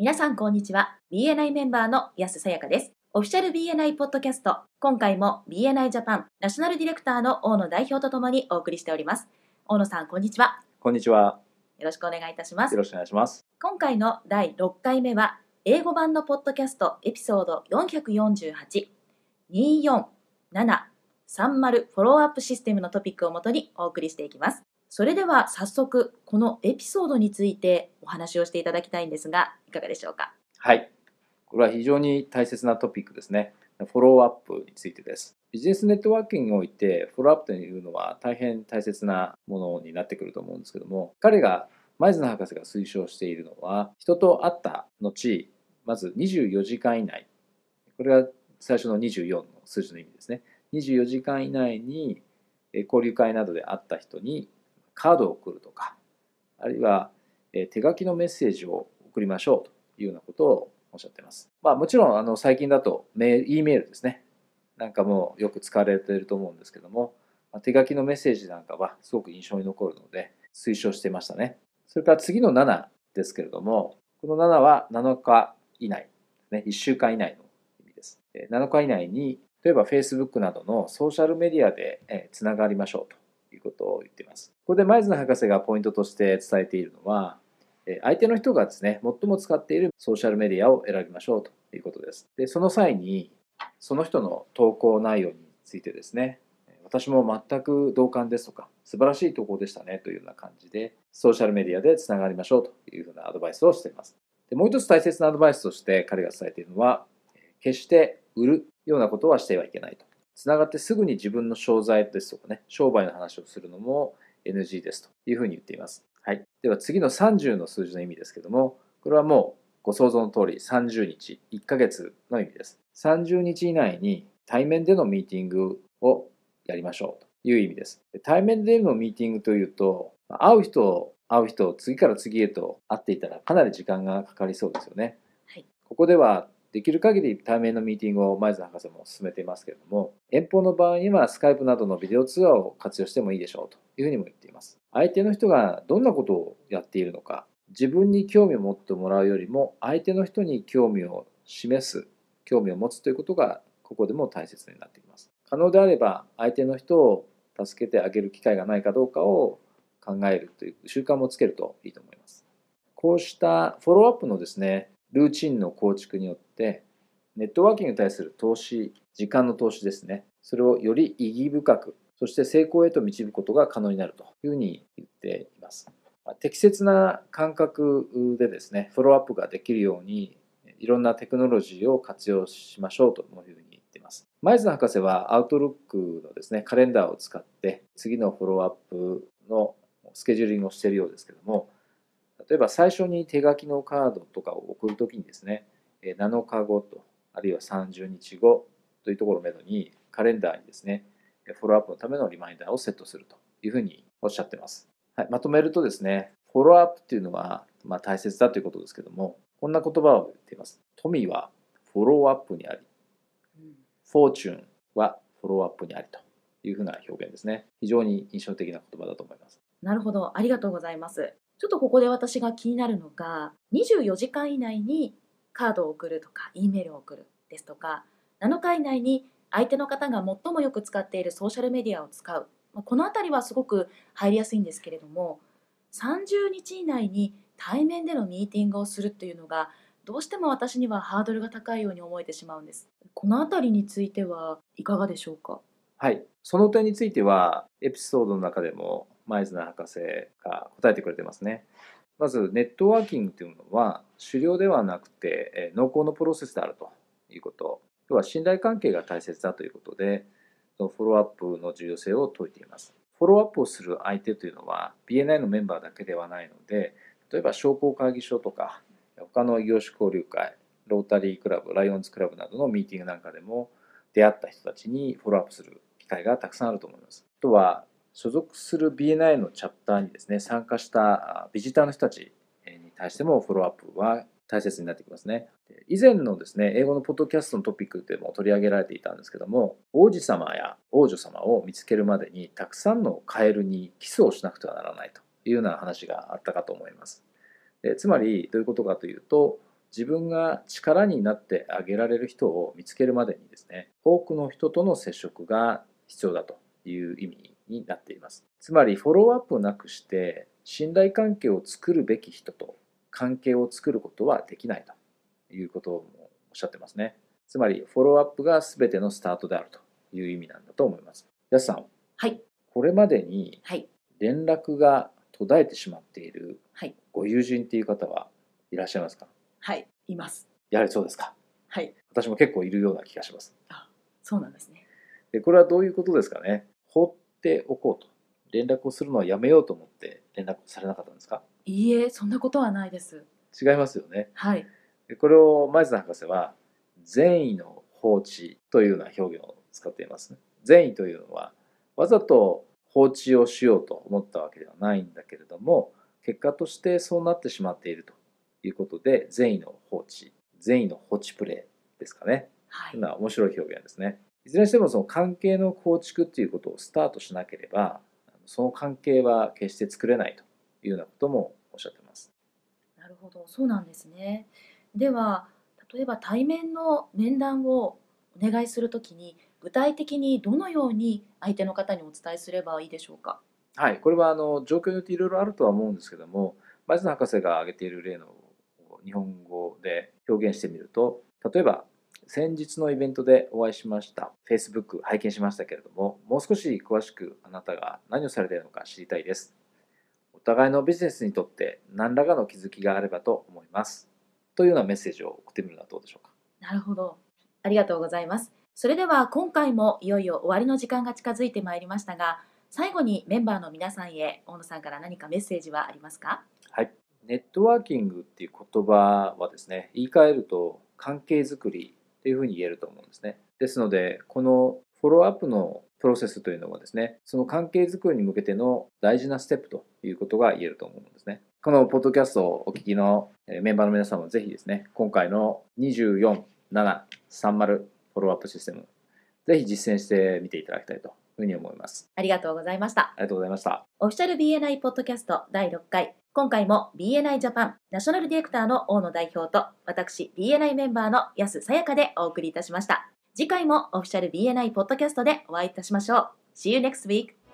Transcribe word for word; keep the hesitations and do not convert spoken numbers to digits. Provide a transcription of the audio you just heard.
皆さんこんにちは。 ビーエヌアイ メンバーの安さやかです。オフィシャル ビーエヌアイ ポッドキャスト、今回も ビーエヌアイ ジャパンナショナルディレクターの大野代表とともにお送りしております。大野さんこんにちは。 こんにちは。 よろしくお願いいたします。 よろしくお願いします。 今回のだいろっかいめは英語版のポッドキャストエピソードよんひゃくよんじゅうはち、にーよんななさんまるフォローアップシステムのトピックをもとにお送りしていきます。それでは早速このエピソードについてお話をしていただきたいんですが、いかがでしょうか。 はい。これは非常に大切なトピックですね。フォローアップについてです。ビジネスネットワーキングにおいてフォローアップというのは大変大切なものになってくると思うんですけども、彼がマイズナー博士が推奨しているのは、人と会った後、まずにじゅうよじかん以内、これが最初のにじゅうよんの数字の意味ですね。にじゅうよじかん以内に交流会などで会った人にカードを送るとか、あるいは手書きのメッセージを送りましょうというようなことをおっしゃっています。まあもちろんあの最近だとメール、E メールですね。なんかもよく使われていると思うんですけども、手書きのメッセージなんかはすごく印象に残るので推奨していましたね。それから次のななですけれども、このななはなのか以内、ね、いっしゅうかん以内の意味です。なのか以内に、例えば Facebook などのソーシャルメディアでつながりましょうということを言っています。ここでマイズナー博士がポイントとして伝えているのは、相手の人がですね、最も使っているソーシャルメディアを選びましょうということです。で、その際に、その人の投稿内容についてですね、私も全く同感ですとか、素晴らしい投稿でしたねというような感じで、ソーシャルメディアでつながりましょうというふうなアドバイスをしています。で、もう一つ大切なアドバイスとして彼が伝えているのは、決して売るようなことはしてはいけないと。つながってすぐに自分の商材ですとかね、商売の話をするのも エヌジー ですというふうに言っています。はい。では次のさんじゅうの数字の意味ですけども、これはもうご想像の通りさんじゅうにち、いっかげつの意味です。さんじゅうにち以内に対面でのミーティングをやりましょうという意味です。対面でのミーティングというと、会う人、会う人を次から次へと会っていたらかなり時間がかかりそうですよね。はい、ここではできる限り対面のミーティングをマイズナー博士も進めていますけれども、遠方の場合にはスカイプなどのビデオ通話を活用してもいいでしょうというふうにも言っています。相手の人がどんなことをやっているのか、自分に興味を持ってもらうよりも相手の人に興味を示す、興味を持つということがここでも大切になってきます。可能であれば相手の人を助けてあげる機会がないかどうかを考えるという習慣もつけるといいと思います。こうしたフォローアップのですね、ルーチンの構築によってネットワーキングに対する投資、時間の投資ですね、それをより意義深く、そして成功へと導くことが可能になるというふうに言っています。適切な感覚でですね、フォローアップができるようにいろんなテクノロジーを活用しましょうというふうに言っています。マイズナー博士はアウトロックのですね、カレンダーを使って次のフォローアップのスケジューリングをしているようですけども、例えば最初に手書きのカードとかを送るときにですね、なのかごと、あるいはさんじゅうにちごというところをめどにカレンダーにですね、フォローアップのためのリマインダーをセットするというふうにおっしゃっています。はい、まとめるとですね、フォローアップっていうのは、まあ、大切だということですけども、こんな言葉を言っています。富はフォローアップにあり、フォーチュンはフォローアップにありというふうな表現ですね。非常に印象的な言葉だと思います。 なるほど、ありがとうございます。ちょっとここで私が気になるのが、にじゅうよじかん以内にカードを送るとか E メールを送るですとか、なのか以内に相手の方が最もよく使っているソーシャルメディアを使う、このあたりはすごく入りやすいんですけれども、さんじゅうにち以内に対面でのミーティングをするっていうのがどうしても私にはハードルが高いように思えてしまうんです。このあたりについてはいかがでしょうか。 はい、その点についてはエピソードの中でもマイズナー博士が答えてくれてますね。まずネットワーキングというのは狩猟ではなくて濃厚のプロセスであるということ、要は信頼関係が大切だということで、フォローアップの重要性を説いています。フォローアップをする相手というのは ビーエヌアイ のメンバーだけではないので、例えば商工会議所とか他の異業種交流会、ロータリークラブ、ライオンズクラブなどのミーティングなんかでも出会った人たちにフォローアップする機会がたくさんあると思います。あとは所属する ビーエヌアイ のチャプターにですね、参加したビジターの人たちに対してもフォローアップは大切になってきますね。以前のですね、英語のポッドキャストのトピックでも取り上げられていたんですけども、王子様や王女様を見つけるまでにたくさんのカエルにキスをしなくてはならないというような話があったかと思います。でつまりどういうことかというと、 自分が力になってあげられる人を見つけるまでにですね、多くの人との接触が必要だという意味になっています。つまりフォローアップなくして信頼関係を作るべき人と関係を作ることはできないということもおっしゃってますね。つまりフォローアップが全てのスタートであるという意味なんだと思います。やすさん、 はい。 これまでにはい。 連絡が途絶えてしまっているはい。 ご友人っていう方はいらっしゃいますか？ はい。います。 やはりそうですか。 はい。 私も結構いるような気がします。 あ、そうなんですね。 で、これはどういうことですかね。放っておこうと。連絡をするのはやめようと思って連絡をされなかったんですか？ いいえ、そんなことはないです。 違いますよね。 はい。 でこれを前津博士は善意の放置というような表現を使っています。善意というのはわざと放置をしようと思ったわけではないんだけれども、結果としてそうなってしまっているということで、善意の放置、善意の放置プレイですかね。 はい。 というのは面白い表現ですね。いずれにしてもその関係の構築っていうことをスタートしなければ、その関係は決して作れないというようなこともおっしゃっています。 なるほど、そうなんですね。では、例えば対面の面談をお願いするときに、具体的にどのように相手の方にお伝えすればいいでしょうか。 はい、これはあの状況によっていろいろあるとは思うんですけども、前津博士が挙げている例の日本語で表現してみると、例えば先日のイベントでお会いしました Facebook 拝見しましたけれども、もう少し詳しくあなたが何をされているのか知りたいです。お互いのビジネスにとって何らかの気づきがあればと思います。というようなメッセージを送ってみるのはどうでしょうか。 なるほど。ありがとうございます。それでは今回もいよいよ終わりの時間が近づいてまいりましたが、最後にメンバーの皆さんへ大野さんから何かメッセージはありますか？ はい。ネットワーキングっていう言葉はですね、言い換えると関係づくりっていうふうに言えると思うんですね。ですので、このフォローアップのプロセスというのはですね、その関係づくりに向けての大事なステップということが言えると思うんですね。このポッドキャストをお聞きのメンバーの皆さんもぜひですね、今回のにじゅうよん、なな、さんじゅうフォローアップシステム、ぜひ実践してみていただきたいというふうに思います。 ありがとうございました。 ありがとうございました。 オフィシャル ビーエヌアイ ポッドキャストだいろっかい。今回も ビーエヌアイ ジャパンナショナルディレクターの大野代表と私 ビーエヌアイ メンバーの安さやかでお送りいたしました。次回もオフィシャル ビーエヌアイ ポッドキャストでお会いいたしましょう。See you next week!